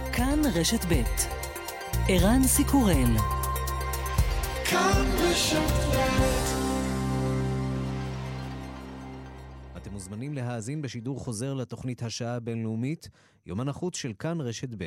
כאן רשת ב' ערן סיקורל. כאן רשת ב'. אתם מוזמנים להאזין בשידור חוזר לתוכנית השעה הבינלאומית, יומן החוץ של כאן רשת ב'.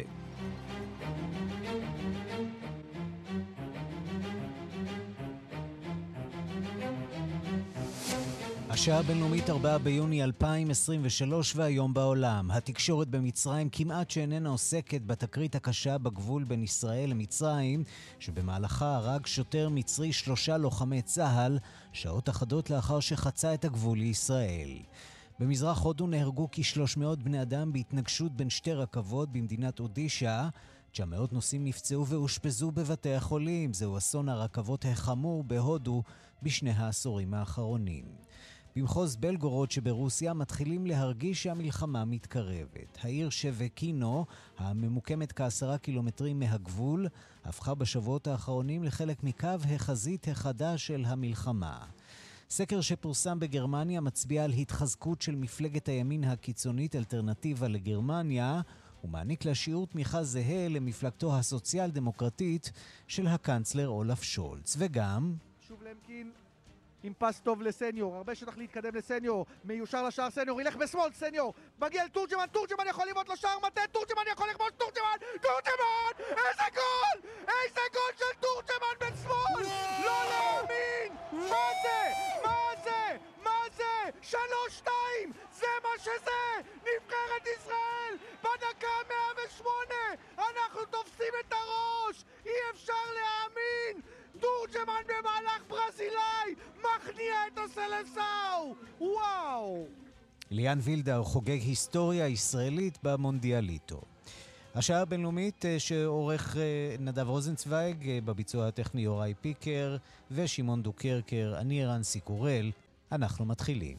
השעה הבינלאומית 4 ביוני 2023 והיום בעולם. התקשורת במצרים כמעט שאיננה עוסקת בתקרית הקשה בגבול בין ישראל למצרים, שבמהלכה הרג שוטר מצרי 3 לוחמי צה"ל, שעות אחדות לאחר שחצה את הגבול לישראל. במזרח הודו נהרגו כ-300 בני אדם בהתנגשות בין שתי רכבות במדינת אודישה. 900 נוסעים נפצעו ואושפזו בבתי החולים. זהו אסון הרכבות החמור בהודו בשני העשורים האחרונים. במחוז בלגורוד שברוסיה מתחילים להרגיש שהמלחמה מתקרבת. העיר שבקינו, הממוקמת כ10 קילומטרים מהגבול, הפכה בשבועות האחרונים לחלק מקו החזית החדש של המלחמה. סקר שפורסם בגרמניה מצביע על התחזקות של מפלגת הימין הקיצונית אלטרנטיבה לגרמניה, ומעניק לה שיעור תמיכה זהה למפלגתו הסוציאל דמוקרטית של הקנצלר אולף שולץ. וגם שוב למקין עם פס טוב לסניור, הרבה שטח להתקדם לסניור, מיושר לשער סניור, ילך בשמאל סניור, מגיע לתורג'מן, תורג'מן יכול לבעוט לשער מטה, תורג'מן יכול לכבוש, תורג'מן, איזה גול! איזה גול של תורג'מן בשמאל! לא להאמין! מה זה? מה זה? מה זה? 3-2! זה מה שזה! נבחרת ישראל! בדקה 108! אנחנו תופסים את הראש! אי אפשר להאמין! תורג'מן במהלך ברזילאי מכניע את הסלסאו. וואו. ליאן וילדר חוגג היסטוריה ישראלית במונדיאליטו. השעה הבינלאומית שעורך נדב רוזנצוויג, בביצוע הטכני יוראי פיקר ושמעון דוקרקר. אני ערן סיקורל. אנחנו מתחילים.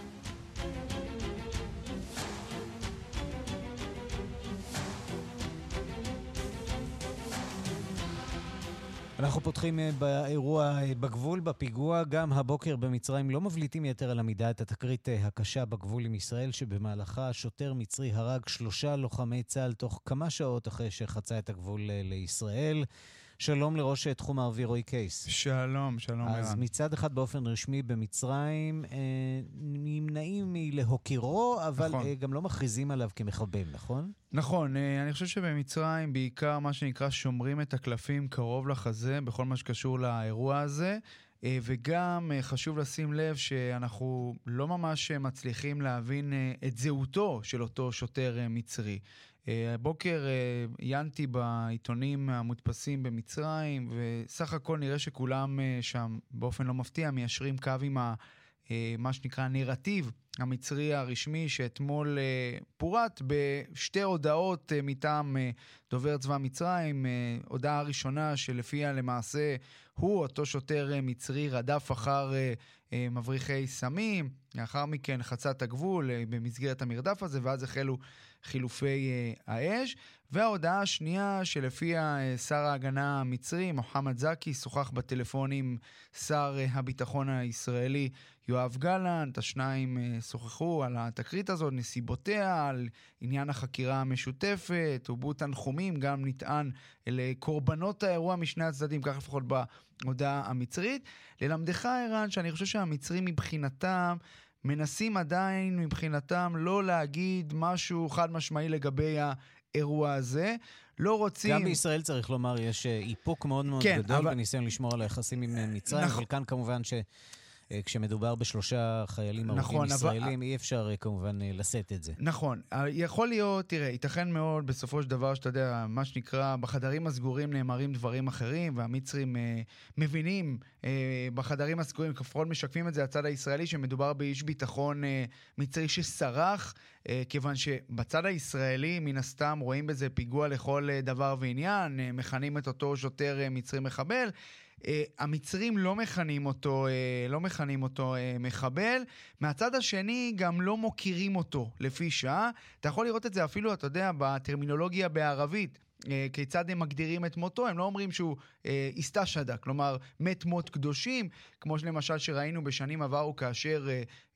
אנחנו פותחים באירוע בגבול, בפיגוע. גם הבוקר במצרים לא מבליטים יותר על המידה את התקרית הקשה בגבול עם ישראל, שבמהלכה שוטר מצרי הרג 3 לוחמי צה"ל תוך כמה שעות אחרי שחצה את הגבול לישראל. שלום לראש תחום הערבי רועי קייס. שלום, שלום. אז מצד אחד באופן רשמי במצרים נמנעים מלהוקירו, אבל נכון. גם לא מכריזים עליו כמחבל, נכון? נכון, אני חושב שבמצרים בעיקר מה שנקרא שומרים את הקלפים קרוב לחזה בכל מה שקשור לאירוע הזה, וגם חשוב לשים לב שאנחנו לא ממש מצליחים להבין את זהותו של אותו שוטר מצרי. הבוקר עיינתי בעיתונים המודפסים במצרים, וסך הכל נראה שכולם שם באופן לא מפתיע מיישרים קו עם מה שנקרא נרטיב המצרי הרשמי, שאתמול פורט בשתי הודעות מטעם דובר צבא מצרים. הודעה הראשונה שלפיה למעשה הוא, אותו שוטר מצרי, רדף אחר מבריחי סמים, לאחר מכן חצה את הגבול במסגרת המרדף הזה, ואז החלו חילופי האש. וההודעה השנייה שלפיה שר ההגנה המצרי מוחמד זקי שוחח בטלפון עם שר הביטחון הישראלי יואב גלנט. השניים שוחחו על התקרית הזאת, נסיבותיה, על עניין החקירה המשותפת, הובעו תנחומים, גם נטען לקורבנות האירוע משני הצדדים, כך לפחות בהודעה המצרית. ללמדך ערן שאני חושב שהמצרים מבחינתם מנסים עדיין מבחינתם לא להגיד משהו חד משמעי לגבי האירוע הזה. לא רוצים... גם בישראל צריך לומר, יש איפוק מאוד מאוד כן, גדול אבל... בניסיון לשמור על היחסים עם מצרים, אבל כאן כמובן כשמדובר בשלושה חיילים ערבים ישראלים, אי אפשר כמובן לשאת את זה. נכון. יכול להיות, תראה, ייתכן מאוד בסופו של דבר, שאתה יודע, מה שנקרא, בחדרים הסגורים נאמרים דברים אחרים, והמצרים מבינים בחדרים הסגורים, כפרון משקפים את זה, הצד הישראלי, שמדובר באיש ביטחון מצרי שסרח, כיוון שבצד הישראלי, מן הסתם, רואים בזה פיגוע לכל דבר ועניין, מכנים את אותו שוטר מצרי מחבל, המצרים לא מכנים אותו מחבל. מהצד השני גם לא מוכירים אותו לפי שעה. אתה יכול לראות את זה אפילו, אתה יודע, בטרמינולוגיה בערבית. כיצד הם מגדירים את מותו, הם לא אומרים שהוא הסתשהדה, כלומר מת מות קדושים, כמו שלמשל שראינו בשנים עברו כאשר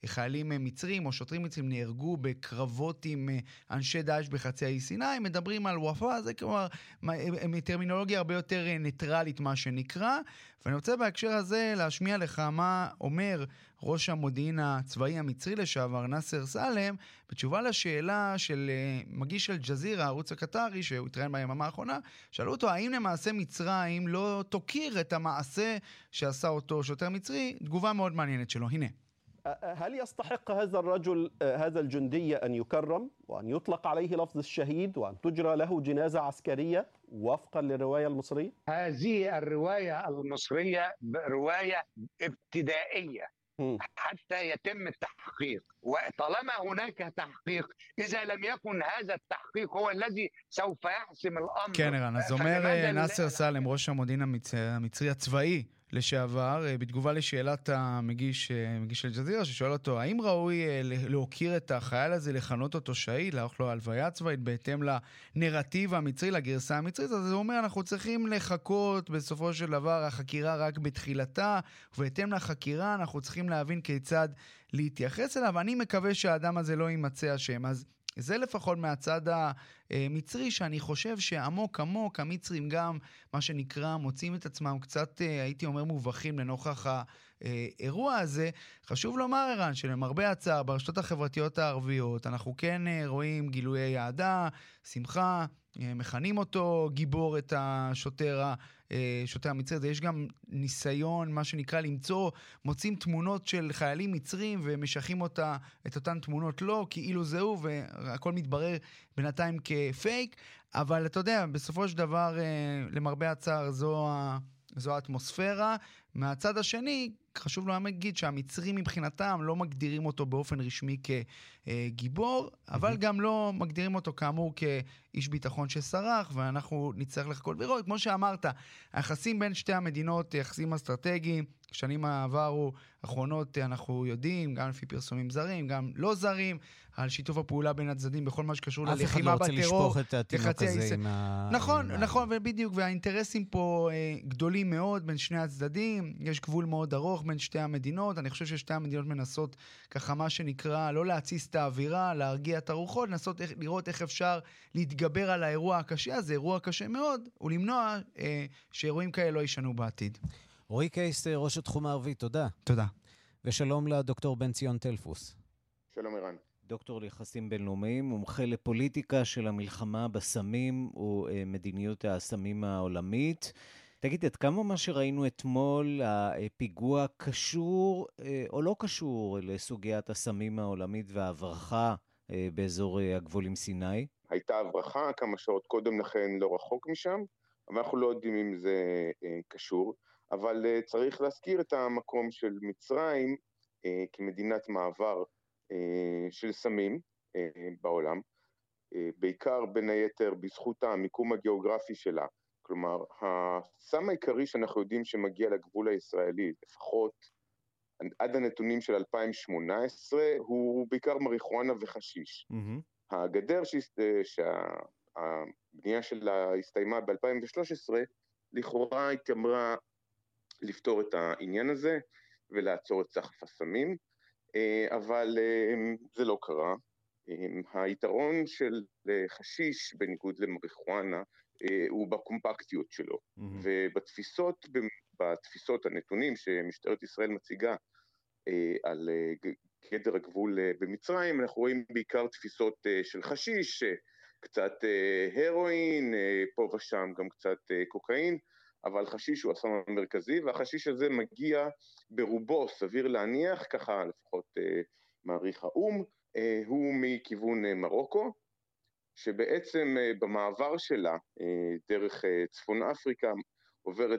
חיילים מצרים או שוטרים מצרים נהרגו בקרבות עם אנשי דאעש בחצי האי סיני, מדברים על ופא, זה כלומר טרמינולוגיה הרבה יותר ניטרלית מה שנקרא, ואני רוצה בהקשר הזה להשמיע לך מה אומר ראש המודיעין הצבאי המצרי לשעבר, נאסר סלם, בתשובה לשאלה של מגיש אל-ג'זירה, הערוץ הקטרי, שהוא התראיין ביממה האחרונה, שאלו אותו, האם למעשה מצרים לא תוקיר את המעשה שעשה אותו שוטר מצרי? תגובה מאוד מעניינת שלו, הנה. هل يستحق هذا الرجل هذا الجندي أن يكرم وأن يطلق عليه لفظ الشهيد وأن تجرى له جنازة عسكرية وفقا للرواية المصرية؟ هذه الرواية المصرية رواية ابتدائية حتى يتم التحقيق، وطالما هناك تحقيق إذا لم يكن هذا التحقيق هو الذي سوف يحسم الأمر. כן, ערן, אז אומר נאסר סלם, ראש המודיעין המצרי הצבאי לשעבר, בתגובה לשאלת המגיש אל-ג'זירה, ששואל אותו, האם ראוי להוקיר את החייל הזה, לכנות אותו שהיד, לערוך לו הלוויה צבאית, בהתאם לנרטיב המצרי, לגרסה המצרית? אז הוא אומר, אנחנו צריכים לחכות, בסופו של דבר, החקירה רק בתחילתה, ובהתאם לחקירה אנחנו צריכים להבין כיצד להתייחס אליו. אני מקווה שהאדם הזה לא יימצא אשם. אז זה לפחות מהצד המצרי, שאני חושב שעמוק עמוק המצרים גם, מה שנקרא, מוצאים את עצמם קצת, הייתי אומר, מובכים לנוכח האירוע הזה. חשוב לומר, ערן, שלמרבה הצער, ברשתות החברתיות הערביות, אנחנו כן רואים גילויי אהדה, שמחה, מכנים אותו גיבור, את השוטר המצרי. יש גם ניסיון, מה שנקרא, מוצאים תמונות של חיילים מצרים ומשכים את אותן תמונות לא, כאילו זהו, והכל מתברר בינתיים כפייק. אבל אתה יודע, בסופו של דבר, למרבה הצער, זו האטמוספירה. מהצד השני, חשוב להגיד שהמצרים מבחינתם לא מגדירים אותו באופן רשמי כגיבור, אבל גם לא מגדירים אותו כאמור כאיש ביטחון שסרח, ואנחנו נצטרך לחכות לראות. כמו שאמרת, היחסים בין שתי המדינות, יחסים אסטרטגיים, שנים העברו האחרונות אנחנו יודעים, גם לפי פרסומים זרים, גם לא זרים, על שיתוף הפעולה בין הצדדים בכל מה שקשור ללחימה בטרור. אף אחד לא רוצה לשפוך את התינוק הזה עם נכון, ובדיוק, והאינטרסים פה גדולים מאוד בין שני הצדדים, יש גבול מאוד ארוך בין שתי המדינות, אני חושב ששתי המדינות מנסות ככה מה שנקרא, לא להציס את האווירה, להרגיע את הרוחות, לנסות לראות איך אפשר להתגבר על האירוע הקשה הזה, אירוע קשה מאוד, ולמנוע שאירועים כאלה לא יישנו בעתיד. רועי קייס, ראש התחום הערבי, תודה. תודה. ושלום לדוקטור בן ציון טלפוס. שלום ערן. דוקטור ליחסים בינלאומיים, מומחה לפוליטיקה של המלחמה בסמים ומדיניות הסמים העולמית. תגיד, עד כמה מה שראינו אתמול, הפיגוע קשור או לא קשור לסוגיית הסמים העולמית וההברחה באזור הגבול עם סיני? הייתה הברחה כמה שעות קודם לכן לא רחוק משם, אבל אנחנו לא יודעים אם זה קשור. אבל צריך להזכיר את המקום של מצרים כמדינת מעבר של סמים בעולם, בעיקר בין היתר בזכות המיקום הגיאוגרפי שלה. כלומר, הסם העיקרי שאנחנו יודעים שמגיע לגבול הישראלי, לפחות עד הנתונים של 2018, הוא בעיקר מריחואנה וחשיש. הגדר שהבנייה שלה הסתיימה ב-2013, לכאורה התיימרה לפתור את העניין הזה ולעצור את סחף הסמים, אבל זה לא קרה. היתרון של חשיש בניגוד למריחואנה הוא בקומפקטיות שלו, ובתפיסות הנתונים שמשטרת ישראל מציגה על גדר הגבול במצרים, אנחנו רואים בעיקר תפיסות של חשיש, קצת הרואין, פה ושם גם קצת קוקאין, אבל חשיש הוא הסם המרכזי, והחשיש הזה מגיע ברובו, סביר להניח, ככה לפחות מעריך האום, הוא מכיוון מרוקו, שבעצם במעבר שלה דרך צפון אפריקה עוברת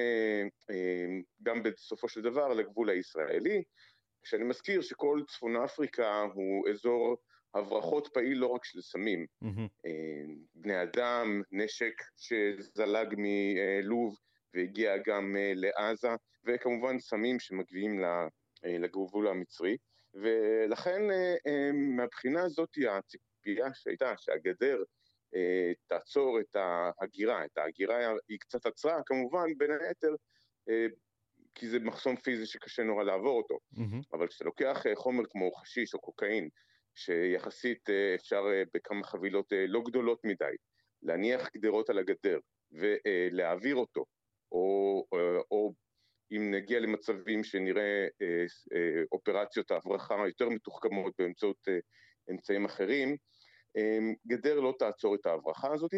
גם בסופו של דבר לגבול הישראלי, כשאני מזכיר שכל צפון אפריקה הוא אזור הברחות פעיל לא רק של סמים, בני אדם, נשק שזלג מלוב והגיע גם לעזה, וכמובן סמים שמגיעים לגבול המצרי, ולכן מהבחינה הזאת הציפייה שהייתה שהגדר תעצור את ההגירה, היא קצת עצרה כמובן בין היתר כי זה מחסום פיזי שקשה נורא לעבור אותו. אבל כשאתה לוקח חומר כמו חשיש או קוקאין, שיחסית אפשר בכמה חבילות לא גדולות מדי, להניח גדרות על הגדר ולהעביר אותו, או אם נגיע למצבים שנראה אופרציות ההברחה יותר מתוחכמות באמצעות אמצעים אחרים, גדר לא תעצור את ההברחה הזאת,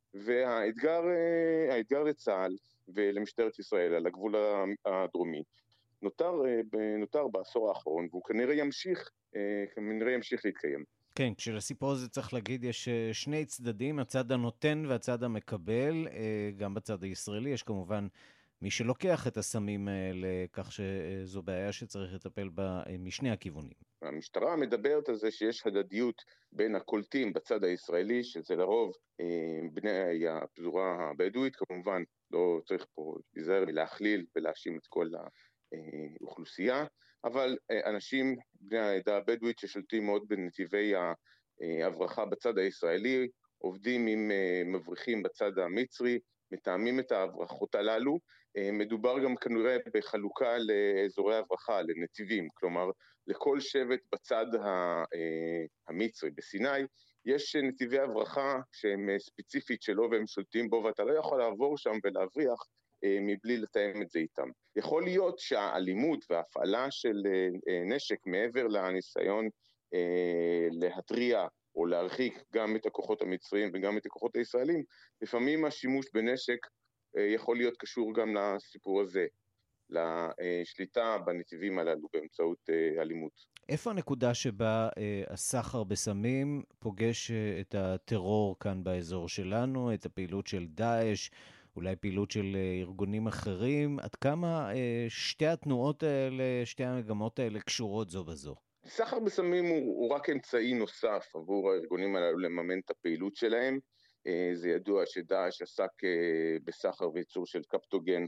והאתגר לצה"ל ולמשטרת ישראל על הגבול הדרומי נותר בעשור האחרון, והוא כנראה ימשיך להתקיים. כן, כשלסיפור הזה צריך להגיד, יש שני צדדים, הצד הנותן והצד המקבל, גם בצד הישראלי, יש כמובן מי שלוקח את הסמים האלה, כך שזו בעיה שצריך לטפל בה משני הכיוונים. המשטרה מדברת על זה שיש הדדיות בין הקולטים בצד הישראלי, שזה לרוב בני הפזורה הבדואית, כמובן לא צריך פה להיזהר מלהכליל ולהאשים את כל האוכלוסייה, אבל אנשים בני העדה הבדואית ששולטים מאוד בנתיבי ההברחה בצד הישראלי, עובדים עם מבריחים בצד המצרי, מתאמים את ההברחות הללו. מדובר גם כנראה בחלוקה לאזורי הברחה, לנתיבים, כלומר לכל שבט בצד המצרי בסיני יש נתיבי הברחה שהם ספציפית שלו והם שולטים בו, ואתה לא יכול לעבור שם ולהבריח מבלי לתאם את זה איתם. יכול להיות שהאלימות וההפעלה של נשק מעבר לניסיון להטריע או להרחיק גם את הכוחות המצריים וגם את הכוחות הישראלים, לפעמים השימוש בנשק יכול להיות קשור גם לסיפור הזה, לשליטה בנתיבים הללו באמצעות אלימות. איפה הנקודה שבה הסחר בסמים פוגש את הטרור כאן באזור שלנו, את הפעילות של דאעש, אולי פעילות של ארגונים אחרים? עד כמה שתי התנועות האלה, שתי המגמות האלה קשורות זו בזו? סחר בסמים הוא רק אמצעי נוסף עבור הארגונים הללו לממן את הפעילות שלהם. זה ידוע שדאעש עסק בסחר וייצור של קפטוגן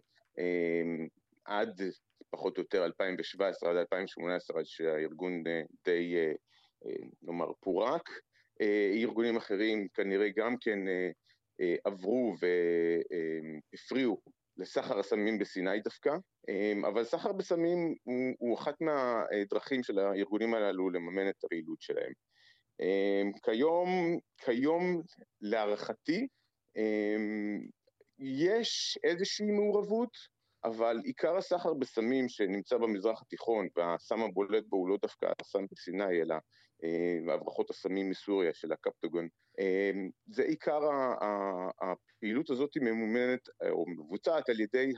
עד פחות או יותר 2017 עד 2018, עד שהארגון די נאמר פורק. ארגונים אחרים כנראה גם כן עברו והפריעו לסחר הסמים בסיני דווקא, אבל סחר בסמים הוא אחת מהדרכים של הארגונים הללו לממן את הפעילות שלהם. כיום להערכתי יש איזושהי מעורבות, אבל עיקר הסחר בסמים שנמצא במזרח התיכון, והסם הבולט בו הוא לא דווקא הסם בסיני, אלא הברחות הסמים מסוריה של הקפטגון, זה עיקר הפעילות הזאת ממומנת או מבוצעת על ידי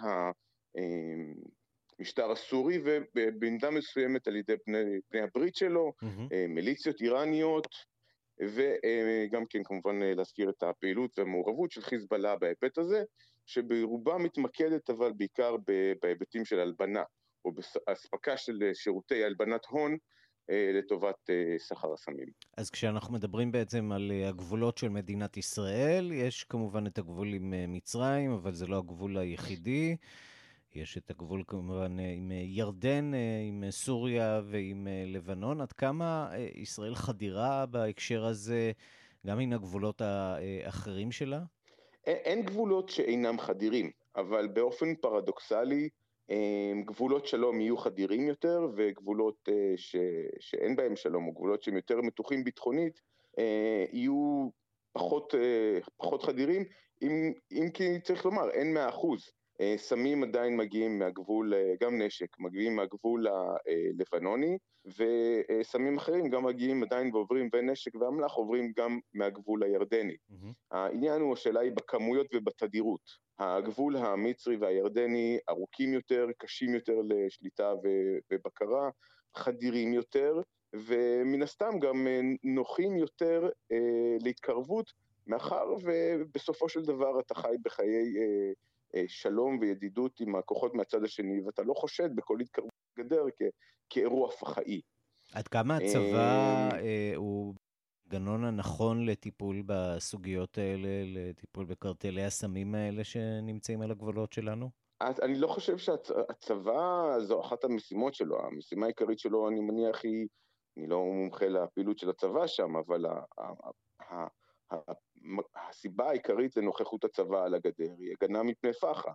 המשטר הסורי, ובמידה מסוימת על ידי בני הברית שלו, מיליציות איראניות, וגם כן כמובן להזכיר את הפעילות והמעורבות של חיזבאללה בהיבט הזה, שברובה מתמקדת אבל בעיקר בהיבטים של הלבנה, או בהספקה של שירותי הלבנת הון לטובת סחר הסמים. אז כשאנחנו מדברים בעצם על הגבולות של מדינת ישראל, יש כמובן את הגבול עם מצרים, אבל זה לא הגבול היחידי. יש את הגבול כמובן עם ירדן, עם סוריה ועם לבנון. עד כמה ישראל חדירה בהקשר הזה, גם עם הגבולות האחרים שלה? אין גבולות שאינם חדירים, אבל באופן פרדוקסלי, גבולות שלום יהיו חדירים יותר, וגבולות שאין בהם שלום, או גבולות שהם יותר מתוחים ביטחונית, יהיו פחות חדירים, אם כי צריך לומר, אין 100%. סמים עדיין מגיעים מהגבול, גם נשק, מגיעים מהגבול הלבנוני, וסמים אחרים גם מגיעים עדיין ועוברים, ונשק ואמל"ח עוברים גם מהגבול הירדני. העניין הוא, השאלה היא בכמויות ובתדירות. הגבול המצרי והירדני ארוכים יותר, קשים יותר לשליטה ובקרה, חדירים יותר, ומן הסתם גם נוחים יותר להתקרבות, מאחר ובסופו של דבר אתה חי בחיי שלום וידידות עם הכוחות מהצד השני, ואתה לא חושד בכל התקרבות גדר כאירוע פח"עי. עד כמה הצבא הוא גנון הנכון לטיפול בסוגיות האלה, לטיפול בקרטלי הסמים האלה שנמצאים על הגבולות שלנו? אני לא חושב שהצבא זו אחת המשימות שלו. המשימה העיקרית שלו, אני מניח, אני לא מומחה לפעילות של הצבא שם, אבל הסיבה העיקרית לנוכחות הצבא על הגדר היא הגנה מפני פח"ע.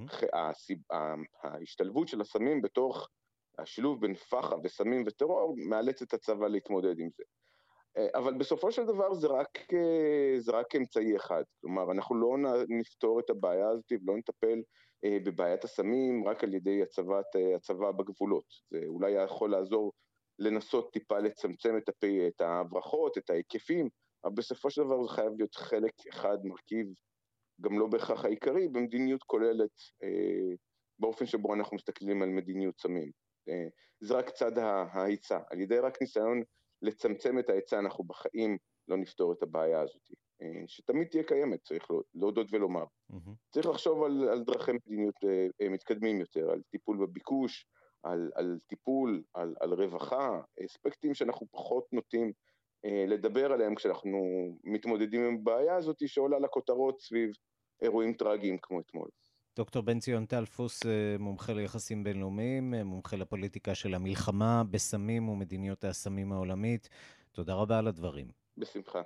ההשתלבות של הסמים בתוך השילוב בין פח"ע וסמים וטרור מאלץ את הצבא להתמודד עם זה. אבל בסופו של דבר זה רק אמצעי אחד. כלומר, אנחנו לא נפתור את הבעיה הזאת ולא נטפל בבעיית הסמים רק על ידי הצבא בגבולות. זה אולי יכול לעזור לנסות טיפה לצמצם את ההברחות, את ההיקפים, אבל בסופו של דבר זה חייב להיות חלק אחד, מרכיב, גם לא בהכרח העיקרי, במדיניות כוללת, באופן שבו אנחנו מסתכלים על מדיניות סמים. זה רק צד ההיצע. על ידי רק ניסיון לצמצם את ההיצע, אנחנו בחיים לא נפתור את הבעיה הזאת, שתמיד תהיה קיימת, צריך להודות ולומר. צריך לחשוב על דרכי מדיניות מתקדמים יותר, על טיפול בביקוש, על טיפול, על רווחה, אספקטים שאנחנו פחות נוטים לדבר עליהם כשאנחנו מתמודדים עם הבעיה הזאת שעולה לכותרות סביב אירועים טרגיים כמו אתמול. דוקטור בן ציון טל-פוס, מומחה ליחסים בינלאומיים, מומחה לפוליטיקה של המלחמה בסמים ומדיניות הסמים העולמית. תודה רבה על הדברים. בשמחה.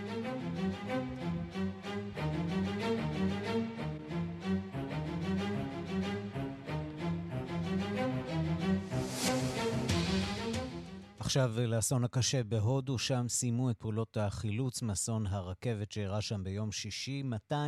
עכשיו לאסון הקשה בהודו, שם סיימו את פעולות החילוץ מאסון הרכבת שאירע שם ביום שישי.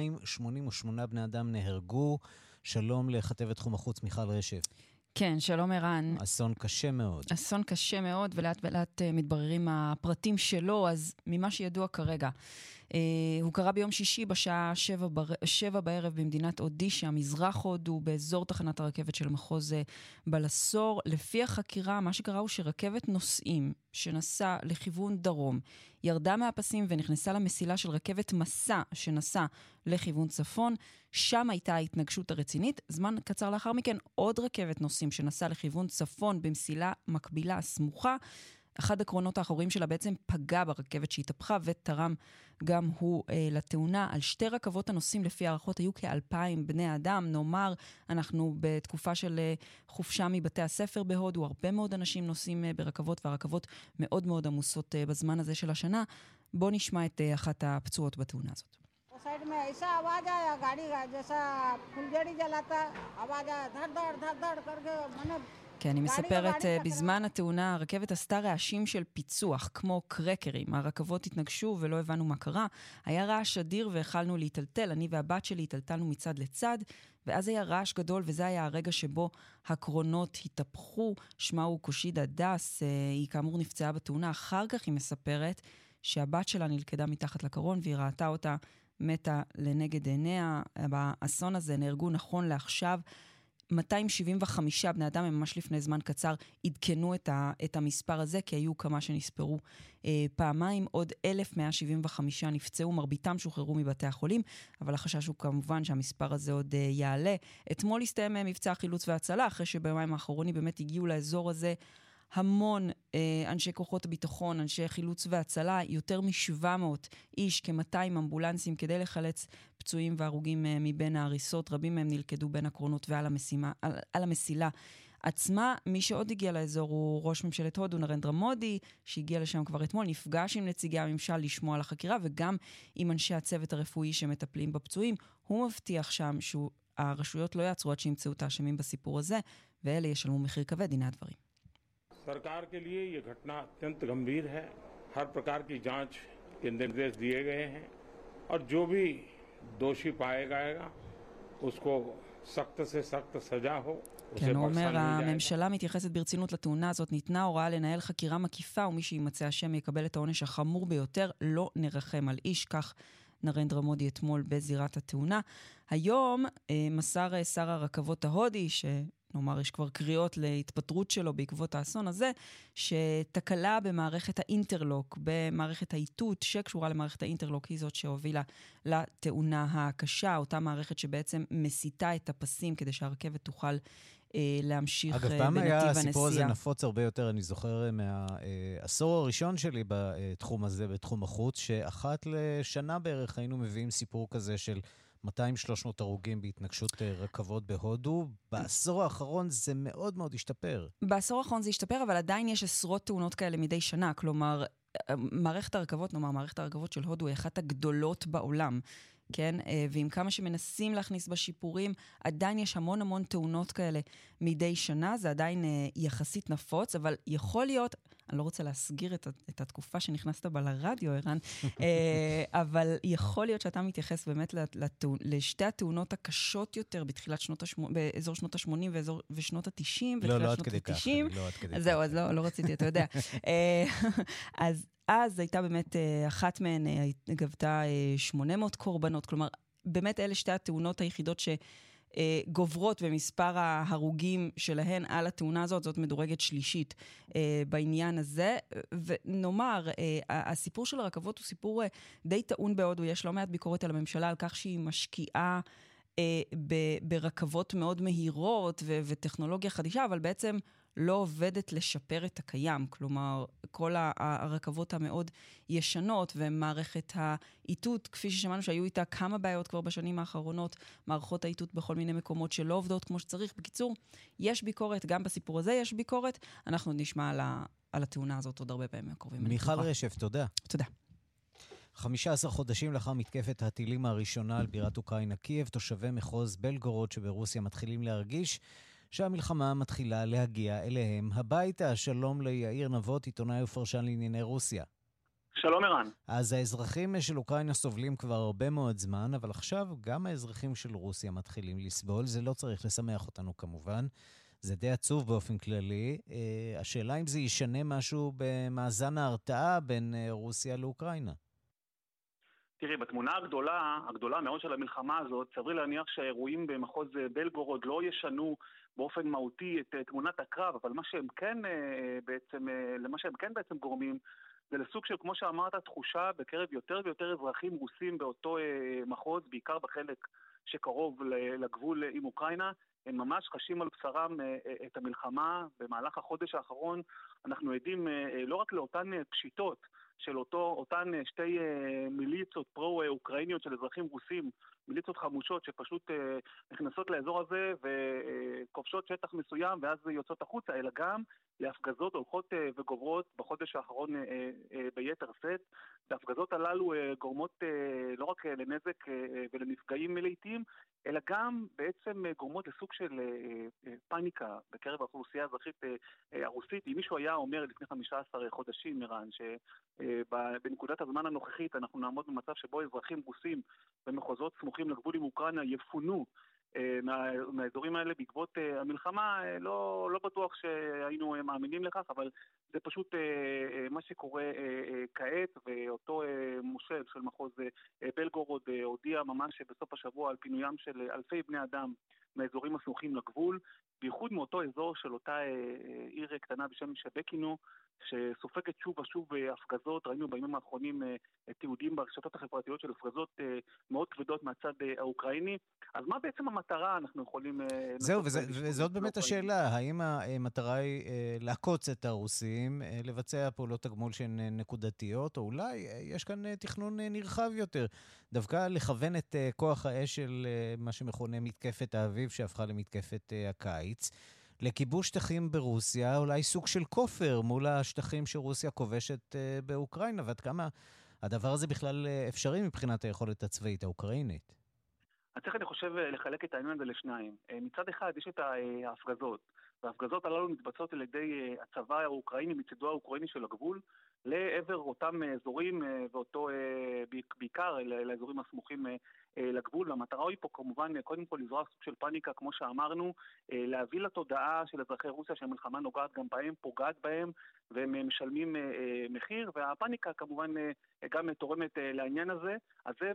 288 בני אדם נהרגו. שלום לכתבת תחום החוץ מיכל רשף. כן, שלום ערן. אסון קשה מאוד. אסון קשה מאוד, ולאט ולאט מתבררים הפרטים שלו, אז ממה שידוע כרגע. הוא קרה ביום שישי בשעה 7 בערב במדינת אודישה, מזרח הודו, באזור תחנת הרכבת של מחוז בלסור. לפי החקירה, מה שקרה הוא שרכבת נוסעים שנסע לכיוון דרום, ירדה מהפסים ונכנסה למסילה של רכבת מסע שנסע לכיוון צפון. שם הייתה ההתנגשות הרצינית. זמן קצר לאחר מכן, עוד רכבת נוסעים שנסע לכיוון צפון במסילה מקבילה סמוכה. אחד הקרונות האחוריים שלה בעצם פגע ברכבת שהתהפכה ותרם גם הוא לתאונה. על שתי רכבות הנוסעים לפי הערכות היו כ2,000 בני אדם. נאמר, אנחנו בתקופה של חופשה מבתי הספר בהודו, הרבה מאוד אנשים נוסעים ברכבות, והרכבות מאוד מאוד עמוסות בזמן הזה של השנה. בוא נשמע את אחת הפצועות בתאונה הזאת. साइड में ऐसा आवाज आया गाड़ी का जैसा फुलझड़ी जलाता आवाज आया धड़ धड़ धड़ धड़ करके मैंने כן, אני מספרת, בזמן התאונה הרכבת עשתה רעשים של פיצוח, כמו קרקרים. הרכבות התנגשו ולא הבנו מה קרה. היה רעש אדיר והחלנו להתלטל. אני והבת שלי התלטלנו מצד לצד, ואז היה רעש גדול, וזה היה הרגע שבו הקרונות התהפכו. שמה הוא קושידה דס, היא כאמור נפצעה בתאונה. אחר כך היא מספרת שהבת שלה נלכדה מתחת לקרון, והיא ראתה אותה מתה לנגד עיניה. באסון הזה נהרגו נכון לעכשיו 275 בני אדם. הם ממש לפני זמן קצר עדכנו את המספר הזה, כי היו כמה שנספרו פעמיים. עוד 1,175 נפצעו, מרביתם שוחררו מבתי החולים, אבל החשש הוא כמובן שהמספר הזה עוד יעלה. אתמול הסתיים מבצע חילוץ והצלה, אחרי שביומיים האחרונים באמת הגיעו לאזור הזה המון אנשי כוחות הביטחון, אנשי חילוץ והצלה, יותר מ-700 איש, כ-200 אמבולנסים כדי לחלץ פצועים והרוגים מבין ההריסות. רבים מהם נלכדו בין הקרונות ועל המסילה עצמה. מי שעוד הגיע לאזור הוא ראש ממשלת הודו נרנדרה מודי, שהגיע לשם כבר אתמול, נפגש עם נציגי הממשל לשמוע על החקירה, וגם עם אנשי הצוות הרפואי שמטפלים בפצועים. הוא מבטיח שם שהרשויות לא יעצרו עד שימצאו את האשמים בסיפור הזה, ואלה ישלמו מחיר כבד. הנה הדברים. सरकार के लिए ये घटना अत्यंत गंभीर है। हर प्रकार की जांच के निर्देश दिए गए हैं और जो भी दोषी पाया जाएगा उसको सख्त से सख्त सजा हो। כן, הוא אומר, הממשלה מתייחסת ברצינות לתאונה הזאת, ניתנה הוראה לנהל חקירה מקיפה, ומי שימצא השם יקבל את העונש החמור ביותר, לא נרחם על איש. כך נרנדרה מודי אתמול בזירת התאונה. היום מסר שר הרכבות ההודי, נאמר, יש כבר קריאות להתפטרות שלו בעקבות האסון הזה, שתקלה במערכת האינטרלוק, במערכת האיתות שקשורה למערכת האינטרלוק, היא זאת שהובילה לתאונה הקשה, אותה מערכת שבעצם מסיתה את הפסים כדי שהרכבת תוכל להמשיך בנתיב הנסיעה. אגב, פעם היה הסיפור הזה נפוץ הרבה יותר, אני זוכר מהעשור הראשון שלי בתחום הזה, בתחום החוץ, שאחת לשנה בערך היינו מביאים סיפור כזה של 200-300 הרוגים בהתנגשות רכבות בהודו. בעשור האחרון זה מאוד מאוד השתפר. בעשור האחרון זה השתפר, אבל עדיין יש עשרות תאונות כאלה מדי שנה. כלומר, מערכת הרכבות, נאמר, מערכת הרכבות של הודו היא אחת הגדולות בעולם, כן? ועם כמה שמנסים להכניס בשיפורים, עדיין יש המון תאונות כאלה מדי שנה, זה עדיין יחסית נפוץ, אבל יכול להיות, אני לא רוצה להסגיר את התקופה שנכנסת בה לרדיו, ערן, אבל יכול להיות שאתה מתייחס באמת לשתי התאונות הקשות יותר בתחילת באזור שנות ה-80 ושנות ה-90, לא עד כדי כך. זהו, אז לא רציתי, אתה יודע. אז הייתה באמת, אחת מהן גבתה 800 קורבנות, כלומר, באמת אלה שתי התאונות היחידות שגוברות במספר ההרוגים שלהן על התאונה הזאת, זאת מדורגת שלישית בעניין הזה, ונאמר, הסיפור של הרכבות הוא סיפור די טעון בהודו, יש לא מעט ביקורת על הממשלה על כך שהיא משקיעה ברכבות מאוד מהירות וטכנולוגיה חדישה, אבל בעצם לא עובדת לשפר את הקיים, כלומר, כל הרכבות המאוד ישנות ומערכת האיתות, כפי ששמענו שהיו איתה כמה בעיות כבר בשנים האחרונות, מערכות האיתות בכל מיני מקומות שלא עובדות כמו שצריך. בקיצור, יש ביקורת, גם בסיפור הזה יש ביקורת, אנחנו נשמע על התאונה הזאת עוד הרבה פעמים הקרובים. מיכל רשף, תודה. תודה. 15 חודשים לאחר מתקפת הטילים הראשונה על בירת אוקראינה קייב, תושבי מחוז בלגורוד שברוסיה מתחילים להרגיש שהמלחמה מתחילה להגיע אליהם הביתה. שלום ליאיר נבות, עיתונאי ופרשן לענייני רוסיה. שלום ערן. אז האזרחים של אוקראינה סובלים כבר הרבה מאוד זמן, אבל עכשיו גם האזרחים של רוסיה מתחילים לסבול. זה לא צריך לשמח אותנו כמובן. זה די עצוב באופן כללי. השאלה אם זה ישנה משהו במאזן ההרתעה בין רוסיה לאוקראינה. תראי, בתמונה הגדולה מאוד של המלחמה הזאת, סביר להניח שהאירועים במחוז בלגורוד לא ישנו באופן מהותי את תמונת הקרב, אבל למה שהם כן בעצם גורמים, זה לסוג של, כמו שאמרת, תחושה בקרב יותר ויותר אזרחים רוסים באותו מחוז, בעיקר בחלק שקרוב לגבול עם אוקראינה, הם ממש חשים על בשרם את המלחמה. במהלך החודש האחרון אנחנו עדים לא רק לאותן פשיטות של אותן שתי מיליציות פרו-אוקראיניות של אזרחים רוסים, מיליציות חמושות שפשוט נכנסות לאזור הזה וכובשות שטח מסוים ואז יוצאות החוצה, אלא גם להפגזות הולכות וגוברות בחודש האחרון ביתר שאת. ההפגזות הללו גורמות לא רק לנזק ולנפגעים לעתים, אלא גם בעצם גורמות לסוג של פאניקה בקרב האוכלוסייה האזרחית הרוסית. אם מישהו היה אומר לפני 15 חודשים, ערן, שבנקודת הזמן הנוכחית אנחנו נעמוד במצב שבו אזרחים רוסים במחוזות סמוכים לגבול עם אוקראינה יפונו מהאזורים האלה בעקבות המלחמה, לא בטוח שהיינו מאמינים לכך, אבל זה פשוט מה שקורה כעת, ואותו מושל של מחוז בלגורוד הודיע ממש בסוף השבוע על פינוים של אלפי בני אדם מהאזורים הסמוכים לגבול, בייחוד מאותו אזור של אותה עיר קטנה בשם שבקינו, שסופגת שוב ושוב הפגזות. ראינו בימים האחרונים תיעודים ברשתות החברתיות של הפגזות מאוד כבדות מהצד האוקראיני. אז מה בעצם המטרה אנחנו יכולים... זהו, וזאת באמת השאלה, האם המטרה היא לעקוץ את הרוסים, לבצע פעולות תגמול שהן נקודתיות, או אולי יש כאן תכנון נרחב יותר, דווקא לכוון את כוח האש של מה שמכונה מתקפת האביב, שהפכה למתקפת הקיץ, לכיבוש שטחים ברוסיה, אולי סוג של כופר מול השטחים שרוסיה כובשת באוקראינה, ועד כמה הדבר הזה בכלל אפשרי מבחינת היכולת הצבאית האוקראינית. אז צריך, אני חושב, לחלק את העניין הזה לשניים. מצד אחד יש את ההפגזות, וההפגזות הללו מתבצעות על ידי הצבא האוקראיני, מצדו האוקראיני של הגבול, לעבר אותם אזורים, ואותו בעיקר לאזורים הסמוכים לגבול. והמטרה היא פה כמובן קודם כל לזרוע סוג של פאניקה, כמו שאמרנו, להביא לתודעה של אזרחי רוסיה שהמלחמה נוגעת גם בהם, פוגעת בהם, והם משלמים מחיר, והפאניקה כמובן גם תורמת לעניין הזה. אז זה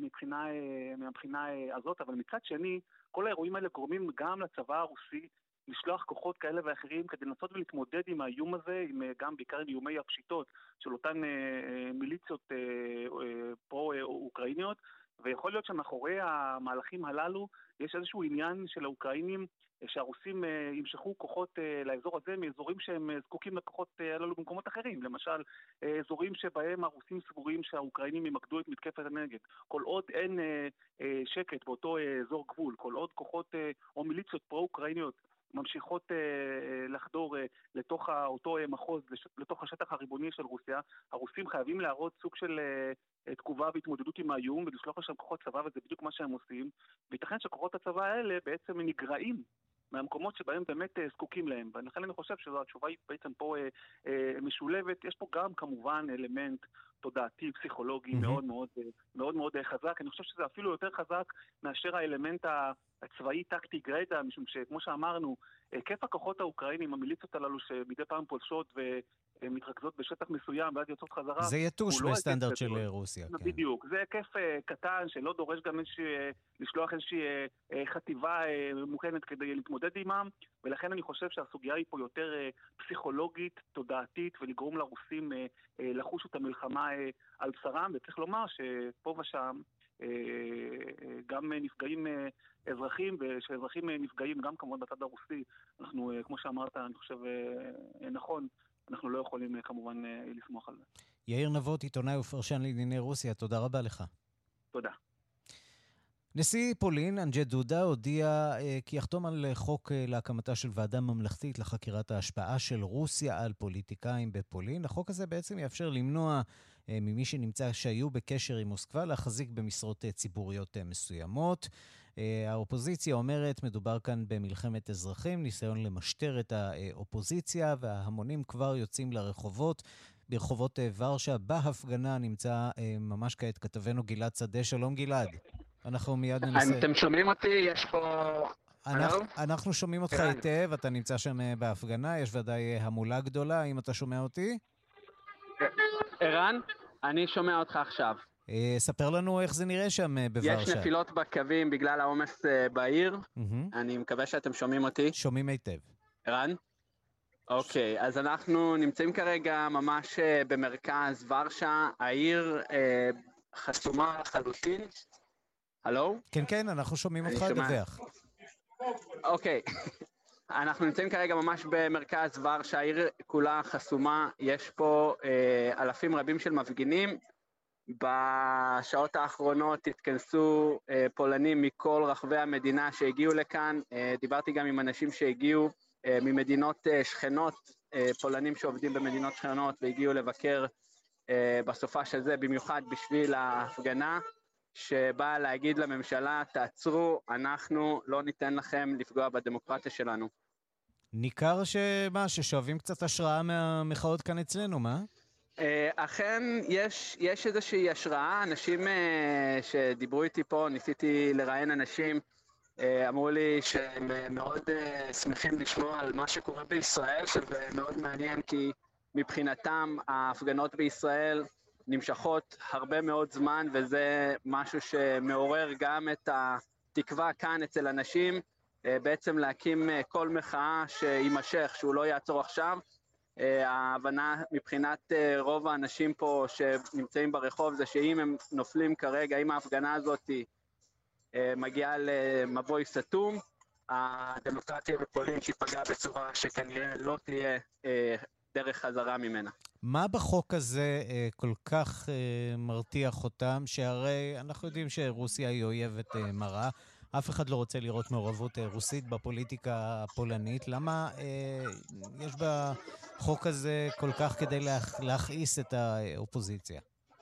מהבחינה הזאת, אבל מצד שני, כל האירועים האלה גורמים גם לצבא הרוסי לשלוח כוחות כאלה ואחרים כדי לנסות ולהתמודד עם האיום הזה, גם בעיקר עם איומי הפשיטות של אותן מיליציות פרו-אוקראיניות, ויכול להיות שמאחורי המהלכים הללו יש איזשהו עניין של האוקראינים שהרוסים ימשכו כוחות לאזור הזה מאזורים שהם זקוקים לכוחות הללו במקומות אחרים, למשל אזורים שבהם הרוסים סבורים שהאוקראינים ימקדו את מתקפת הנגד. כל עוד אין שקט באותו אזור גבול, כל עוד כוחות או מיליציות פרו-אוקראיניות ממשיכות לחדור לתוך אותו מחוז, לתוך השטח הריבוני של רוסיה, הרוסים חייבים להראות סוג של תגובה והתמודדות עם האיום ולשלוח לשם כוחות צבא, וזה בדיוק מה שהם עושים. וייתכן שכוחות הצבא האלה בעצם נגרעים מהמקומות שבהם באמת זקוקים להם. ולכן אני חושב שהתשובה היא בעצם פה משולבת. יש פה גם כמובן אלמנט תודעתי, פסיכולוגי מאוד מאוד מאוד מאוד חזק. אני חושב שזה אפילו יותר חזק מאשר האלמנט הצבאי טקטי גרידא, משום שכמו שאמרנו, היקף הכוחות האוקראינים, המיליציות הללו שמדי פעם פולשות ומתרכזות בשטח מסוים ואז יוצאות חזרה. זה יתוש בסטנדרט של רוסיה. כן. בדיוק. זה היקף קטן שלא דורש גם לשלוח איזושהי חטיבה מוכנת כדי להתמודד עימם, ולכן אני חושב שהסוגיה היא פה יותר פסיכולוגית, תודעתית, ולגרום לרוסים לחוש את המלחמה על בשרם, וצריך לומר שפה ושם גם נפגעים אזרחים, ושאזרחים נפגעים גם כמובן בצד הרוסי. אנחנו, כמו שאמרת, אני חושב נכון, אנחנו לא יכולים כמובן לסמוך על זה. יאיר נבות, עיתונאי ופרשן לענייני רוסיה, תודה רבה לך. תודה. נשיא פולין, אנג'י דודה, הודיע כי יחתום על חוק להקמתה של ועדה ממלכתית לחקירת ההשפעה של רוסיה על פוליטיקאים בפולין. החוק הזה בעצם יאפשר למנוע ממי שנמצא שהיו בקשר עם מוסקבה להחזיק במשרות ציבוריות מסוימות. האופוזיציה אומרת, מדובר כאן במלחמת אזרחים, ניסיון למשטר את האופוזיציה, וההמונים כבר יוצאים לרחובות. ברחובות ורשה, בהפגנה נמצא ממש כעת כתבנו גלעד שדה. שלום גלעד. אנחנו מיד ננסה... אתם שומעים אותי? יש פה... אנחנו שומעים אותך היטב, אתה נמצא שם בהפגנה, יש ודאי המולה גדולה, האם אתה שומע אותי? ערן, אני שומע אותך עכשיו. ספר לנו איך זה נראה שם בוורשה. יש נפילות בקווים בגלל העומס בעיר, אני מקווה שאתם שומעים אותי. שומעים היטב. ערן? אוקיי, אז אנחנו נמצאים כרגע ממש במרכז ורשה, העיר חסומה לחלוטין. הלו? כן, כן, אנחנו שומעים אותך דווח. אוקיי, אנחנו נמצאים כרגע ממש במרכז ורשה, העיר כולה חסומה, יש פה אלפים רבים של מפגינים. בשעות האחרונות התכנסו פולנים מכל רחבי המדינה שהגיעו לכאן, דיברתי גם עם אנשים שהגיעו ממדינות שכנות, פולנים שעובדים במדינות שכנות והגיעו לבקר בסופה של זה, במיוחד בשביל ההפגנה, שבאה להגיד לממשלה, תעצרו, אנחנו לא ניתן לכם לפגוע בדמוקרטיה שלנו. ניכר ששואבים קצת השראה מהמחאות כאן אצלנו, מה? אכן יש איזושהי השראה, אנשים שדיברו איתי פה, ניסיתי לראיין אנשים, אמרו לי שהם מאוד שמחים לשמוע על מה שקורה בישראל, שזה מאוד מעניין כי מבחינתם ההפגנות בישראל נמשכות הרבה מאוד זמן, וזה משהו שמעורר גם את התקווה כאן אצל אנשים, בעצם להקים כל מחאה שימשך, שהוא לא יעצור עכשיו. ההבנה מבחינת רוב האנשים פה שנמצאים ברחוב זה שאם הם נופלים כרגע, אם ההפגנה הזאת מגיעה למבוי סתום, הדמוקרטיה בפולין תיפגע בצורה שכנראה לא תהיה דרך חזרה ממנה. מה בחוק הזה כל כך מרתיח אותם, שהרי אנחנו יודעים שרוסיה היא אויבת מרה, אף אחד לא רוצה לראות מעורבות רוסית בפוליטיקה הפולנית, למה יש בחוק הזה כל כך כדי להכעיס את האופוזיציה?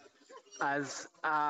אז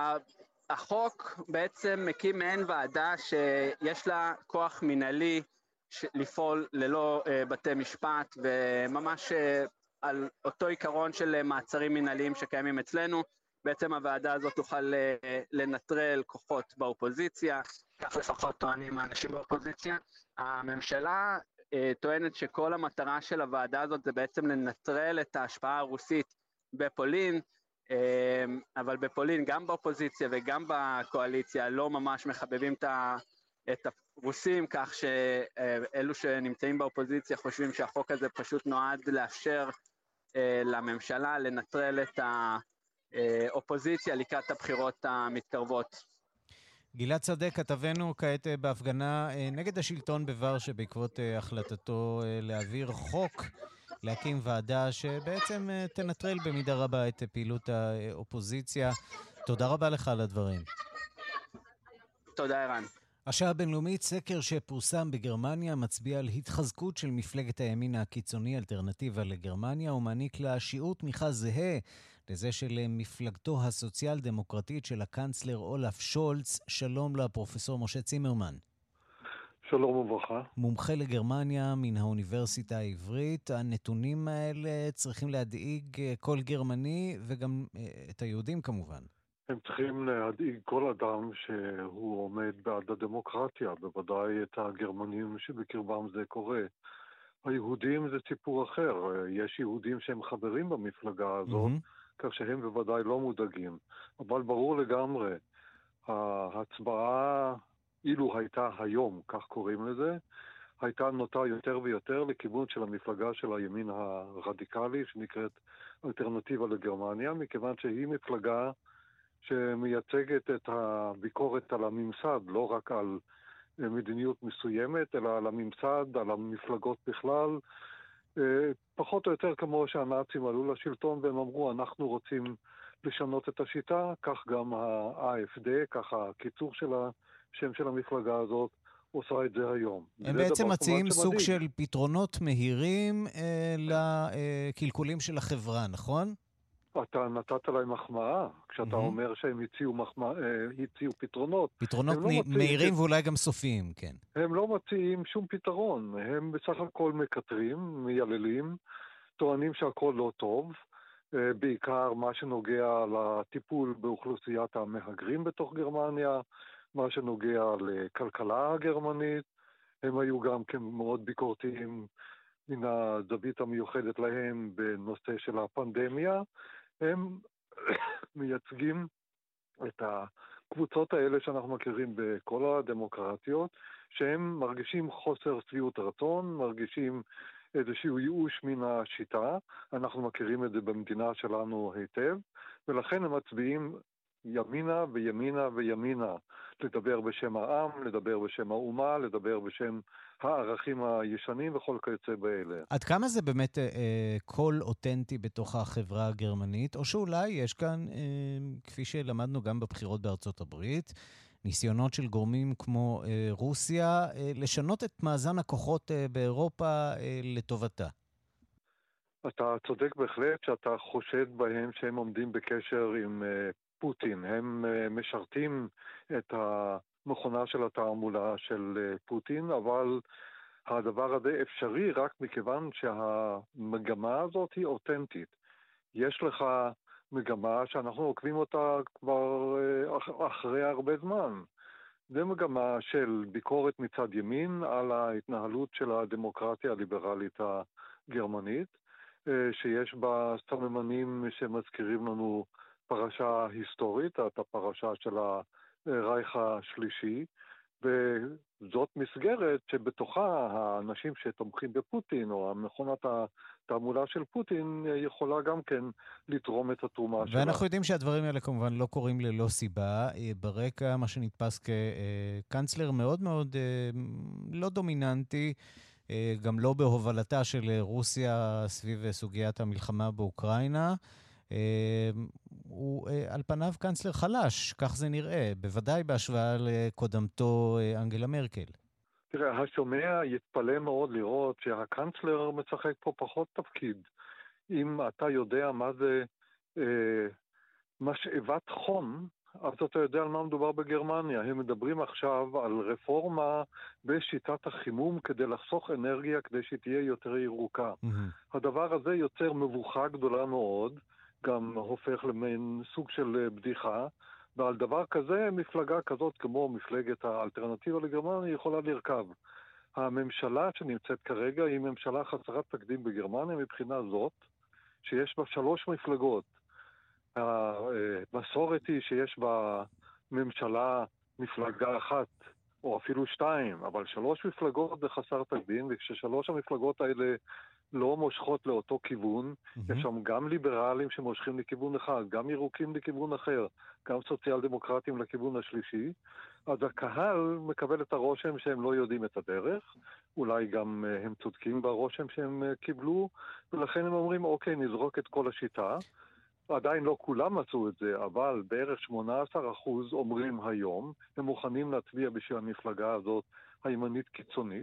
החוק בעצם מקים מעין ועדה שיש לה כוח מנהלי לפעול ללא בתי משפט, וממש על אותו עיקרון של מעצרים מנהליים שקיימים אצלנו, בעצם הוועדה הזאת תוכל לנטרל כוחות באופוזיציה, כך לפחות טוענים האנשים באופוזיציה. הממשלה טוענת שכל המטרה של הוועדה הזאת זה בעצם לנטרל את ההשפעה הרוסית בפולין, אבל בפולין גם באופוזיציה וגם בקואליציה לא ממש מחבבים את הרוסים, כך שאלו שנמצאים באופוזיציה חושבים שהחוק הזה פשוט נועד לאפשר לממשלה לנטרל את האופוזיציה לקראת הבחירות המתקרבות. גלעד שדה, כתבנו כעת בהפגנה נגד השלטון בוורשה בעקבות החלטתו להעביר חוק, להקים ועדה שבעצם תנטרל במידה רבה את פעילות האופוזיציה. תודה רבה לך על הדברים. תודה ערן. השעה הבינלאומית, סקר שפורסם בגרמניה מצביע על התחזקות של מפלגת הימין הקיצוני אלטרנטיבה לגרמניה ומעניק לה שיעור תמיכה זהה לזה של מפלגתו הסוציאל דמוקרטית של הקנצלר אולף שולץ. שלום לפרופסור משה צימרמן. שלום וברכה. מומחה לגרמניה מן האוניברסיטה העברית. הנתונים האלה צריכים להדאיג כל גרמני וגם את היהודים כמובן. הם צריכים להדאיג כל אדם שהוא עומד בעד הדמוקרטיה, בוודאי את הגרמנים שבקרבם זה קורה. היהודים זה סיפור אחר, יש יהודים שהם חברים במפלגה הזאת, כך שהם בוודאי לא מודאגים. אבל ברור לגמרי, ההצבעה, אילו הייתה היום, כך קוראים לזה, הייתה נוטה יותר ויותר לכיוון של המפלגה של הימין הרדיקלי, שנקראת אלטרנטיבה לגרמניה, מכיוון שהיא מפלגה שמייצגת את הביקורת על הממסד, לא רק על מדיניות מסוימת, אלא על הממסד, על המפלגות בכלל, פחות או יותר כמו שהנאצים עלו לשלטון והם אמרו, אנחנו רוצים לשנות את השיטה, כך גם ה-AfD, כך הקיצור של השם של המפלגה הזאת, עושה את זה היום. הם בעצם מציעים סוג של פתרונות מהירים לקלקולים של החברה, נכון? אתה נתת להם מחמאה, כשאתה אומר שהם הציעו פתרונות. פתרונות מהירים ואולי גם סופיים, כן. הם לא מציעים שום פתרון, הם בסך הכל מקטרים, מייללים, טוענים שהכל לא טוב, בעיקר מה שנוגע לטיפול באוכלוסיית המהגרים בתוך גרמניה, מה שנוגע לכלכלה הגרמנית, הם היו גם כן מאוד ביקורתיים מן הזווית המיוחדת להם בנושא של הפנדמיה, הם מייצגים את הקבוצות האלה שאנחנו מכירים בכל הדמוקרטיות, שהם מרגישים חוסר שביעות רצון, מרגישים איזשהו ייאוש מן השיטה, אנחנו מכירים את זה במדינה שלנו היטב, ולכן הם מצביעים ימינה וימינה וימינה, לדבר בשם העם, לדבר בשם האומה, לדבר בשם הערכים הישנים וכל כיוצא באלה. עד כמה זה באמת קול אותנטי בתוך החברה הגרמנית, או שאולי יש כאן, כפי שלמדנו גם בבחירות בארצות הברית, ניסיונות של גורמים כמו רוסיה, לשנות את מאזן הכוחות באירופה לטובתה? אתה צודק בהחלט שאתה חושד בהם שהם עומדים בקשר עם פוטין. הם משרתים את המכונה של התעמולה של פוטין, אבל הדבר הזה אפשרי רק מכיוון שהמגמה הזאת היא אותנטית. יש לך מגמה שאנחנו עוקבים אותה כבר אחרי הרבה זמן. זו מגמה של ביקורת מצד ימין על ההתנהלות של הדמוקרטיה הליברלית הגרמנית, שיש בה סממנים שמזכירים לנו פרשה היסטורית, את הפרשה של הרייך השלישי, וזאת מסגרת שבתוכה האנשים שתומכים בפוטין, או מכונת התעמולה של פוטין, יכולה גם כן לתרום את התרומה שלה. ואנחנו יודעים שהדברים האלה כמובן לא קורים ללא סיבה. ברקע מה שנתפס כקנצלר מאוד מאוד לא דומיננטי, גם לא בהובלתה של רוסיה סביב סוגיית המלחמה באוקראינה. הוא על פניו קנצלר חלש, כך זה נראה, בוודאי בהשוואה לקודמתו אנגלה מרקל. תראה, השומע יתפלא מאוד לראות שהקנצלר משחק פה פחות תפקיד. אם אתה יודע מה זה משאבת חום, אז אתה יודע על מה מדובר בגרמניה. הם מדברים עכשיו על רפורמה בשיטת החימום כדי לחסוך אנרגיה, כדי שתהיה יותר ירוקה. הדבר הזה יוצר מבוכה גדולה מאוד, גם הופך למין סוג של בדיחה, ועל דבר כזה מפלגה כזאת כמו מפלגת האלטרנטיבה לגרמניה יכולה לרכב. הממשלה שנמצאת כרגע היא ממשלה חסרת תקדים בגרמניה מבחינה זאת, שיש בה 3 מפלגות. המסורת היא שיש בממשלה מפלגה אחת, או אפילו 2, אבל 3 מפלגות זה חסר תקדים, וכש3 המפלגות האלה לא מושכות לאותו כיוון, יש שם גם ליברלים שמושכים לכיוון אחד, גם ירוקים לכיוון אחר, גם סוציאל דמוקרטים לכיוון השלישי, אז הקהל מקבל את הרושם שהם לא יודעים את הדרך, אולי גם הם צודקים ברושם שהם קיבלו, ולכן הם אומרים, אוקיי, נזרוק את כל השיטה, עדיין לא כולם עשו את זה, אבל בערך 18% אומרים היום, הם מוכנים להצביע בשביל המפלגה הזאת הימנית קיצונית,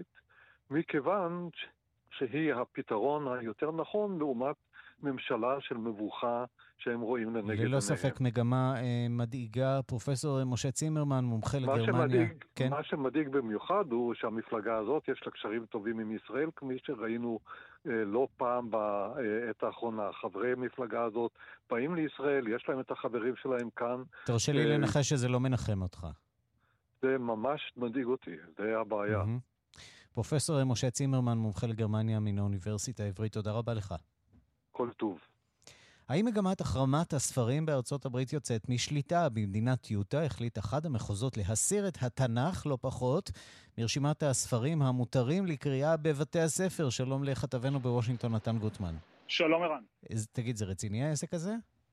מכיוון שהיא הפתרון היותר נכון לעומת ממשלה של מבוכה שהם רואים לנגד עיניהם. ללא ספק מגמה מדאיגה. פרופסור משה צימרמן, מומחה לגרמניה. מה שמדאיג במיוחד הוא שהמפלגה הזאת יש לה קשרים טובים עם ישראל, כמי שראינו לא פעם בעת האחרונה. חברי המפלגה הזאת באים לישראל, יש להם את החברים שלהם כאן. תרשה לי לנחש שזה לא מנחם אותך. זה ממש מדאיג אותי, זה הבעיה. פרופסור משה צימרמן, מומחה לגרמניה מן האוניברסיטה העברית, תודה רבה לך. כל טוב. האם מגמת החרמת הספרים בארצות הברית יוצאת משליטה? במדינת יוטה החליט אחד המחוזות להסיר את התנ"ך, לא פחות, מרשימת הספרים המותרים לקריאה בבתי הספר. שלום לכתבנו בוושינגטון, נתן גוטמן. שלום ערן. תגיד, זה רציני העסק הזה?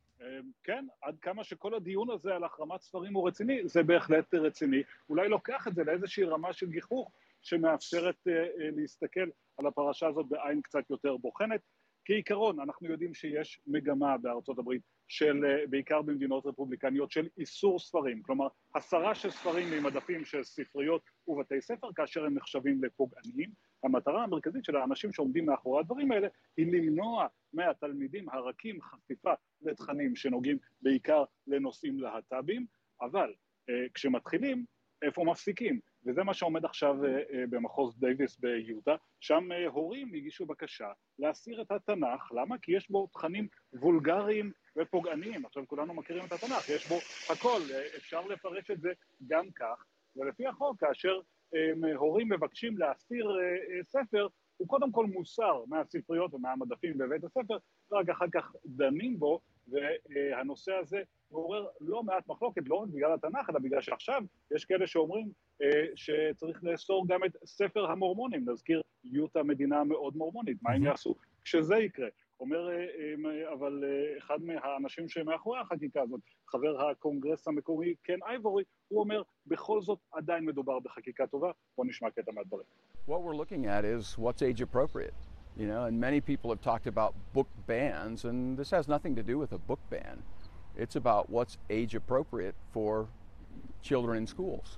כן, עד כמה שכל הדיון הזה על החרמת ספרים הוא רציני, זה בהחלט רציני. אולי לוקח את זה לאיזושהי רמה של גיחוך שמאפשרת להסתכל על הפרשה הזאת בעין קצת יותר בוחנת. כעיקרון, אנחנו יודעים שיש מגמה בארצות הברית, בעיקר במדינות רפובליקניות, של איסור ספרים, כלומר, הסרה של ספרים ממדפים של ספריות ובתי ספר, כאשר הם נחשבים לפוגעניים. המטרה המרכזית של האנשים שעומדים מאחורי הדברים האלה, היא למנוע מהתלמידים הרכים חשיפה לתכנים שנוגעים בעיקר לנושאים להט"בים, אבל כשמתחילים, איפה מפסיקים? וזה מה שעומד עכשיו במחוז דייביס ביוטה, שם הורים הגישו בקשה להסיר את התנ"ך. למה? כי יש בו תכנים וולגריים ופוגעניים. עכשיו כולנו מכירים את התנ"ך, יש בו הכל, אפשר לפרש את זה גם כך, ולפי החוק, כאשר הורים מבקשים להסיר ספר, הוא קודם כל מוסר מהספריות ומהמדפים בבית הספר, ורק אחר כך דנים בו, והנושא הזה מעורר לא מעט מחלוקת, לא רק בגלל התנ"ך, אלא בגלל שעכשיו יש כאלה שאומרים שצריך לאסור גם את ספר המורמונים. נזכיר, יוטה מדינה מאוד מורמונית, מה הם יעשו כשזה יקרה? אומר, אבל אחד מהאנשים שמאחורי החקיקה הזאת, חבר הקונגרס המקומי קן אייבורי, הוא אומר, בכל זאת עדיין מדובר בחקיקה טובה. בוא נשמע קטע מהדברים. What we're looking at is what's age appropriate. You know, and many people have talked about book bans, and this has nothing to do with a book ban. It's about what's age appropriate for children in schools.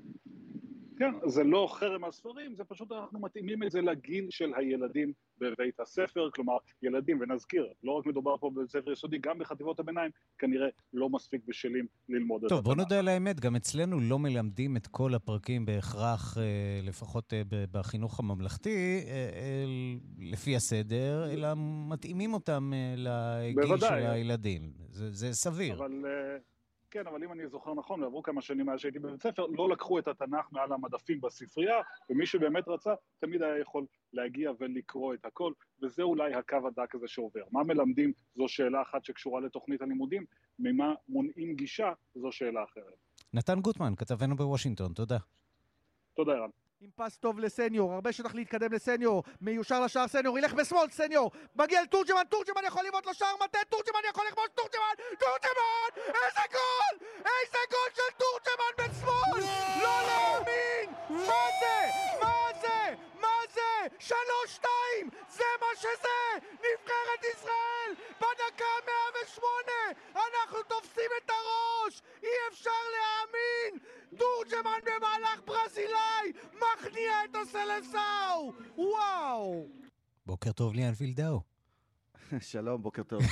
כן, זה לא חרם על ספרים, זה פשוט אנחנו מתאימים את זה לגיל של הילדים בבית הספר, כלומר ילדים, ונזכיר, לא רק מדובר פה בבית ספר יסודי, גם בחטיבות הביניים כנראה לא מספיק בשלים ללמוד את התנ"ך. טוב, בוא נודה על האמת, גם אצלנו לא מלמדים את כל הפרקים בהכרח, לפחות בחינוך הממלכתי, לפי הסדר, אלא מתאימים אותם לגיל של הילדים. זה סביר. כן, אבל אם אני זוכר נכון, ועברו כמה שנים מאז שהייתי בבית ספר, לא לקחו את התנ"ך מעל המדפים בספרייה, ומי שבאמת רצה, תמיד היה יכול להגיע ולקרוא את הכל, וזה אולי הקו הדק הזה שעובר. מה מלמדים? זו שאלה אחת שקשורה לתוכנית הלימודים, ממה מונעים גישה? זו שאלה אחרת. נתן גוטמן, כתבנו בוושינגטון, תודה. תודה, ערן. עם פס טוב לסניור, הרבה שטח להתקדם לסניור, מיושר לשער סניור, ילך בשמאל סניור, מגיע לתורג'מן, תורג'מן יכול לבעוט לשער מטה, תורג'מן יכול לכבוש, תורג'מן, איזה גול! איזה גול של תורג'מן בשמאל! לא להאמין! מה זה? מה זה? מה זה? 3-2! זה מה שזה! נבחרת ישראל! בדקה 108! אנחנו תופסים את הראש! אי אפשר להאמין! תורג'מן במהלך ברזילאי מכניע את הסלסאו! וואו! בוקר טוב ליאן וילדאו. שלום, בוקר טוב.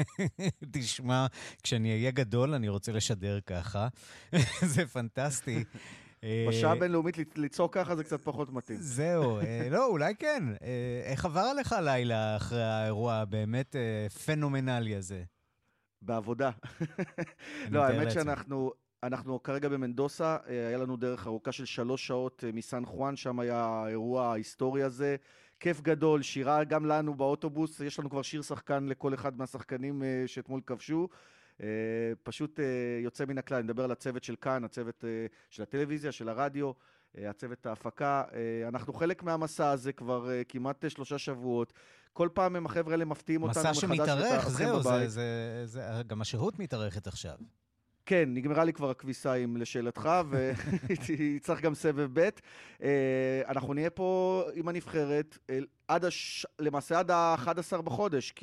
תשמע, כשאני אהיה גדול אני רוצה לשדר ככה. זה פנטסטי. בשעה בינלאומית לצעוק ככה זה קצת פחות מתאים. זהו, לא, אולי כן. איך עבר עליך הלילה אחרי האירוע הבאמת פנומנלי הזה? בעבודה. לא, האמת אנחנו כרגע במנדוסה, היה לנו דרך ארוכה של 3 שעות מסן חואן, שם היה האירוע ההיסטורי הזה. כיף גדול, שירה גם לנו באוטובוס, יש לנו כבר שיר שחקן לכל אחד מהשחקנים שאתמול כבשו. פשוט יוצא מן הכלל, נדבר על הצוות של כאן, הצוות של הטלוויזיה, של הרדיו, הצוות ההפקה. אנחנו חלק מהמסע הזה כבר כמעט 3 שבועות. כל פעם הם החבר'ה האלה מפתיעים אותנו מסע שמתארך, זהו, גם השהות מתארכת עכשיו. כן, נגמרה לי כבר הכביסיים לשאלתך, וצריך גם סבב ב'. אנחנו נהיה פה עם הנבחרת למעשה עד ה-11 בחודש, כי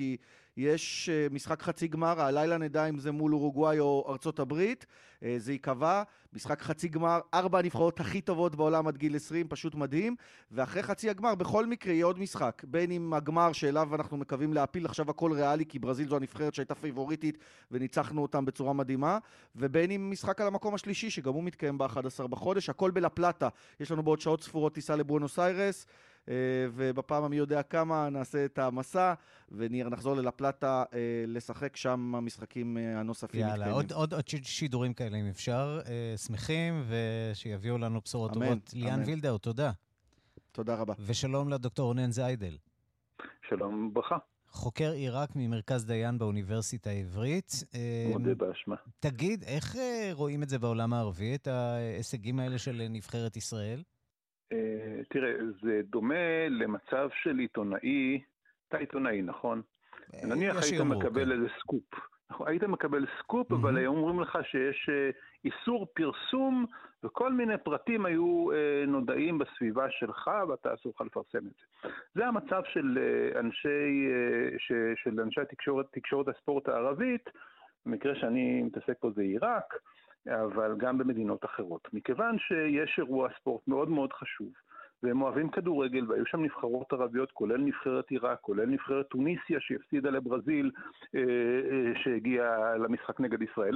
יש משחק חצי גמר, הלילה נדע אם זה מול אורוגוואי או ארצות הברית, זה ייקבע, משחק חצי גמר, 4 הנבחרות הכי טובות בעולם עד גיל 20, פשוט מדהים, ואחרי חצי הגמר בכל מקרה יהיה עוד משחק, בין אם הגמר שאליו אנחנו מקווים להפיל, עכשיו הכל ריאלי, כי ברזיל זו הנבחרת שהייתה פייבוריטית וניצחנו אותם בצורה מדהימה, ובין אם משחק על המקום השלישי שגם הוא מתקיים ב-11 בחודש, הכל בלה פלטה, יש לנו בעוד שעות ספורות טיסה לבואנוס איירס, ובפעם מי יודע כמה נעשה את המסע ונחזור ללה פלטה לשחק שם המשחקים הנוספים. יאללה, עוד שידורים כאלה אם אפשר, שמחים ושיביאו לנו בשורות טובות. ליאן וילדאו, תודה. תודה רבה. ושלום לדוקטור רונן זיידל. שלום, ברכה. חוקר עיראק ממרכז דיין באוניברסיטה העברית. מודה באשמה. תגיד, איך רואים את זה בעולם הערבי, את ההישגים האלה של נבחרת ישראל? תראה, זה דומה למצב של עיתונאי, אתה עיתונאי, נכון? נניח היית מקבל איזה סקופ. היית מקבל סקופ, אבל היום אומרים לך שיש איסור פרסום, וכל מיני פרטים היו נודעים בסביבה שלך, ואתה אסור לך לפרסם את זה. זה המצב של אנשי תקשורת הספורט הערבית, במקרה שאני מתעסק פה זה עיראק, אבל גם במדינות אחרות. מכיוון שיש אירוע ספורט מאוד מאוד חשוב, והם אוהבים כדורגל, והיו שם נבחרות ערביות, כולל נבחרת עיראק, כולל נבחרת טוניסיה שהפסידה לברזיל, שהגיעה למשחק נגד ישראל,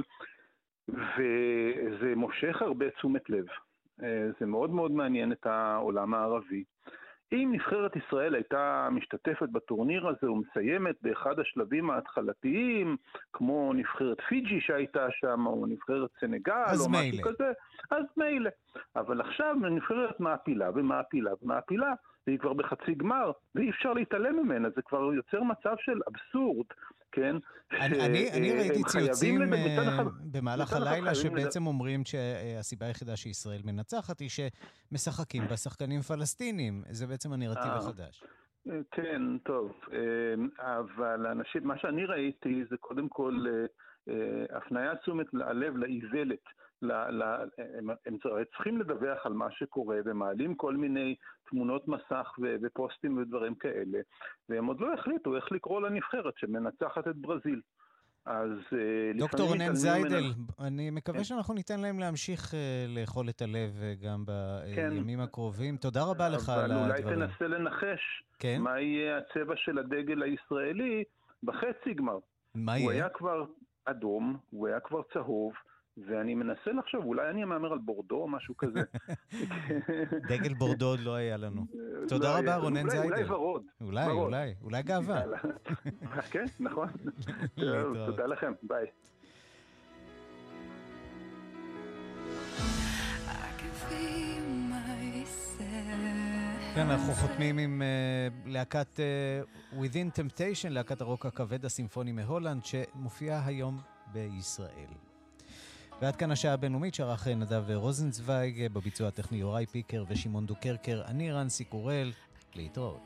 וזה מושך הרבה תשומת לב. זה מאוד מאוד מעניין את העולם הערבי. אם נבחרת ישראל הייתה משתתפת בטורניר הזה ומסיימת באחד השלבים ההתחלתיים, כמו נבחרת פיג'י שהייתה שם, או נבחרת סנגל, או משהו כזה, אז מילא. אבל עכשיו נבחרת מעפילה ומעפילה ומעפילה, והיא כבר בחצי גמר, ואי אפשר להתעלם ממנה, זה כבר יוצר מצב של אבסורד, כן? אני ראיתי ציוצים במהלך הלילה שבעצם אומרים שהסיבה היחידה שישראל מנצחת היא שמשחקים בשחקנים פלסטינים. זה בעצם הנרטיב החדש. כן, טוב. אבל אנשים, מה שאני ראיתי זה קודם כל הפניית תשומת הלב לאיוולת. הם צריכים לדווח על מה שקורה ומעלים כל מיני תמונות מסך ופוסטים ודברים כאלה, והם עוד לא החליטו איך לקרוא לנבחרת שמנצחת את ברזיל. אז דוקטור רונן זיידל, אני מקווה שאנחנו ניתן להם להמשיך לאכול את הלב גם בימים הקרובים. תודה רבה לך על הדברים. אבל אולי תנסה לנחש מה יהיה הצבע של הדגל הישראלי בחצי גמר. מה יהיה? הוא היה כבר אדום, הוא היה כבר צהוב, ואני מנסה לחשוב, אולי אני אמר על בורדו או משהו כזה. דגל בורדו עוד לא היה לנו. תודה רבה, רונן זיידל. אולי ורוד. אולי גאווה. כן, נכון. תודה לכם, ביי. כן, אנחנו חותמים עם להקת Within Temptation, להקת הרוק הכבד הסימפוני מהולנד, שמופיעה היום בישראל. ועד כאן השעה הבינלאומית שערך נדב רוזנצוויג, בביצוע הטכני יוראי פיקר ושמעון דוקרקר. אני רנסי קורל, להתראות.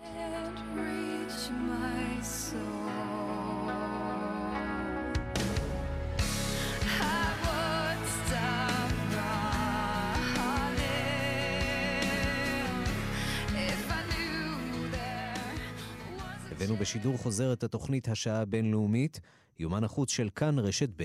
הבאנו בשידור חוזר את התוכנית השעה הבינלאומית, יומן החוץ של כאן רשת ב'.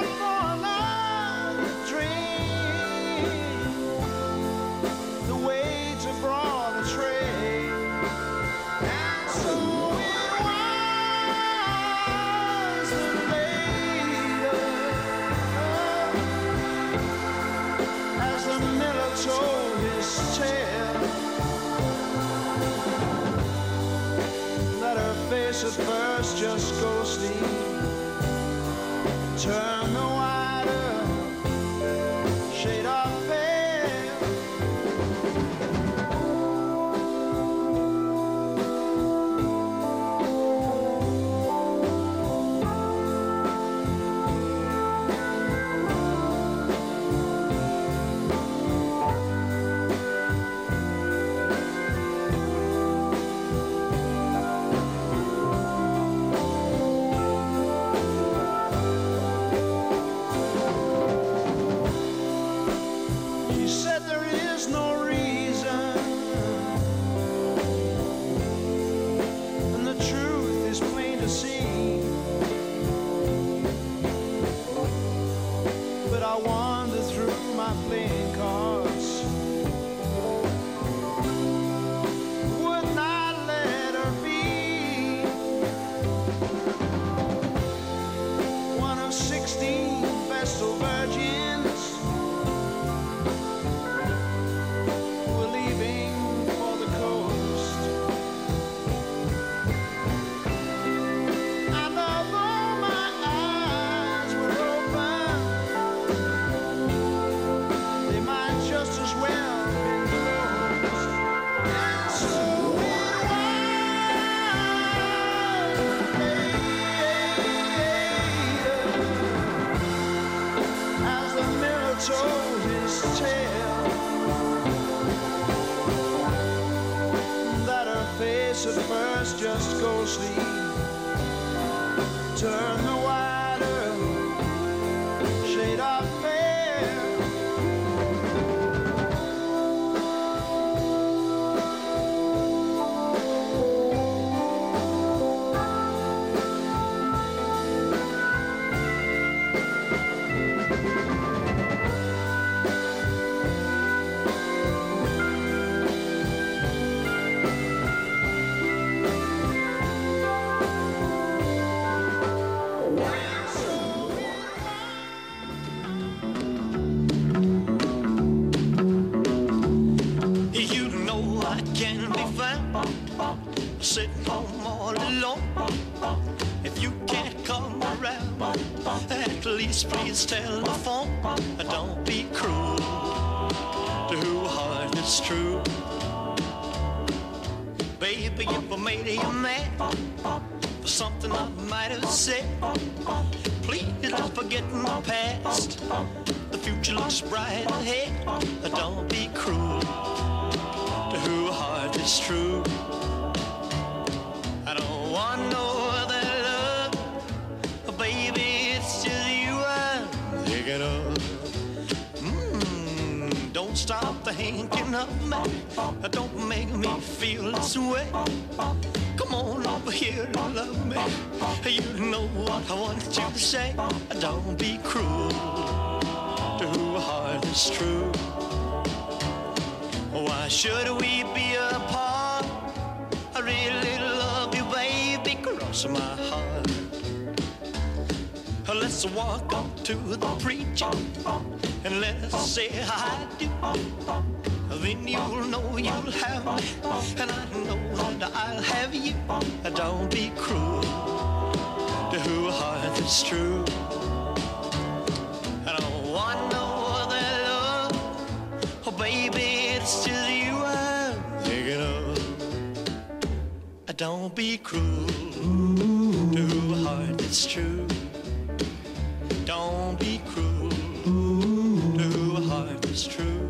The way at first just go sleep. Turn the wider shade of veil. At first just go sleep. Turn the wider shade of veil. Sitting home all alone. If you can't come around, at least please tell the phone. Don't be cruel to who heart is true. Baby, if I made you mad for something I might have said, please don't forget my past. The future looks bright ahead. Don't be cruel to who heart is true. I don't want no other love, baby, it's just you I'm thinking of. Don't stop thinking of me, don't make me feel this way. Come on over here and love me, you know what I want you to say. Don't be cruel to who heart is true. Why should we be apart? I really love you, baby, cross my heart. Let's walk up to the preacher and let's say I do. Then you'll know you'll have me, and I know that I'll have you. Don't be cruel to who heart is true. I don't want no other love, oh baby, it's just you I'm thinking of. Don't be cruel to a heart that's true. Don't be cruel to a heart that's true.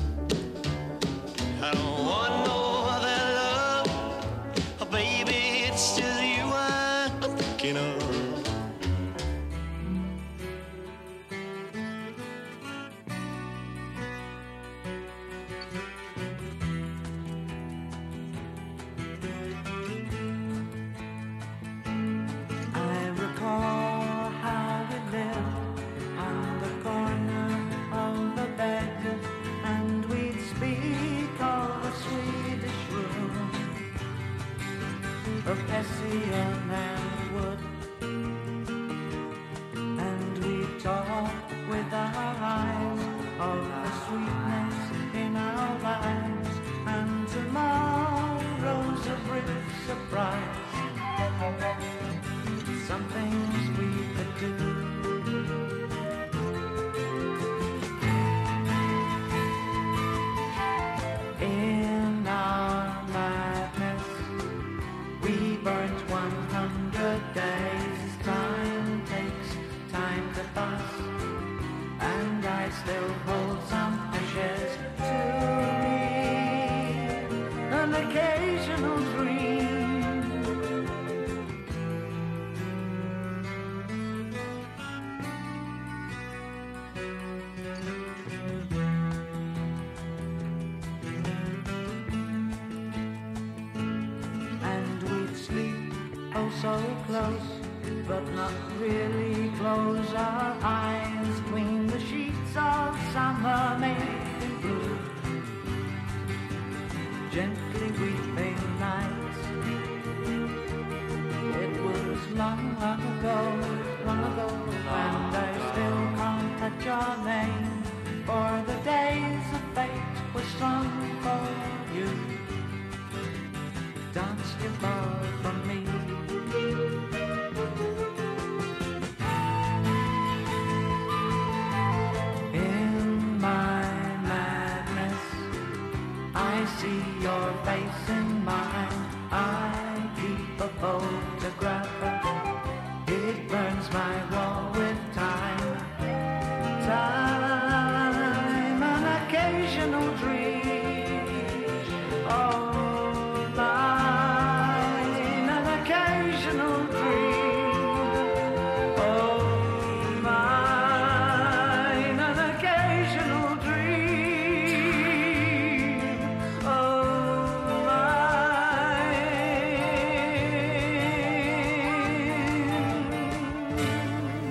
I don't want no other love, oh, baby, it's just you I'm thinking of. I recall so close, but not really close. Our eyes clean the sheets of summer made in blue. Gently weeping nights. It was long, long ago, and I still can't touch your name. For the days of fate were strong for you. Dance your love from me. In my madness, I see your face in mine. I keep a photograph. It burns my wall with time. Time, an occasional dream. Oh, mine, an occasional dream. Oh, mine, an occasional dream. Oh, mine.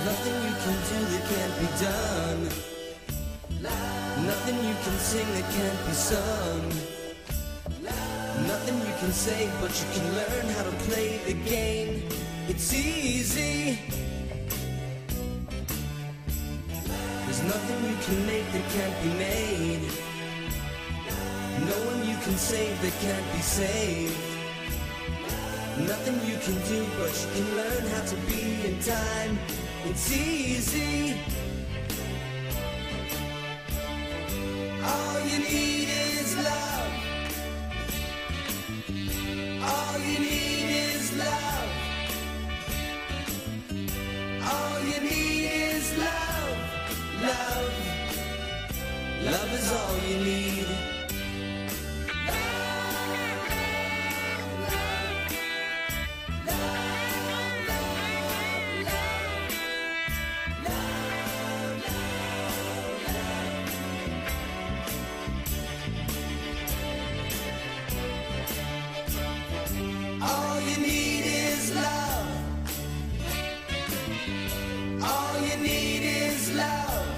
nothing you can do that can't be done. Nothing you can sing that can't be sung. Nothing you can say, but you can learn how to play the game. It's easy. There's nothing you can make that can't be made. No one you can save that can't be saved. Nothing you can do, but you can learn how to be in time. It's easy. All you need is love. All you need is love. All you need is love. Love. Love is all you need. All you need is love. All you need is love.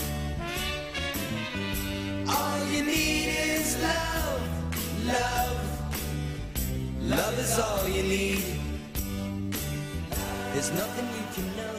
All you need is love. Love. Love is all you need. There's nothing you can know.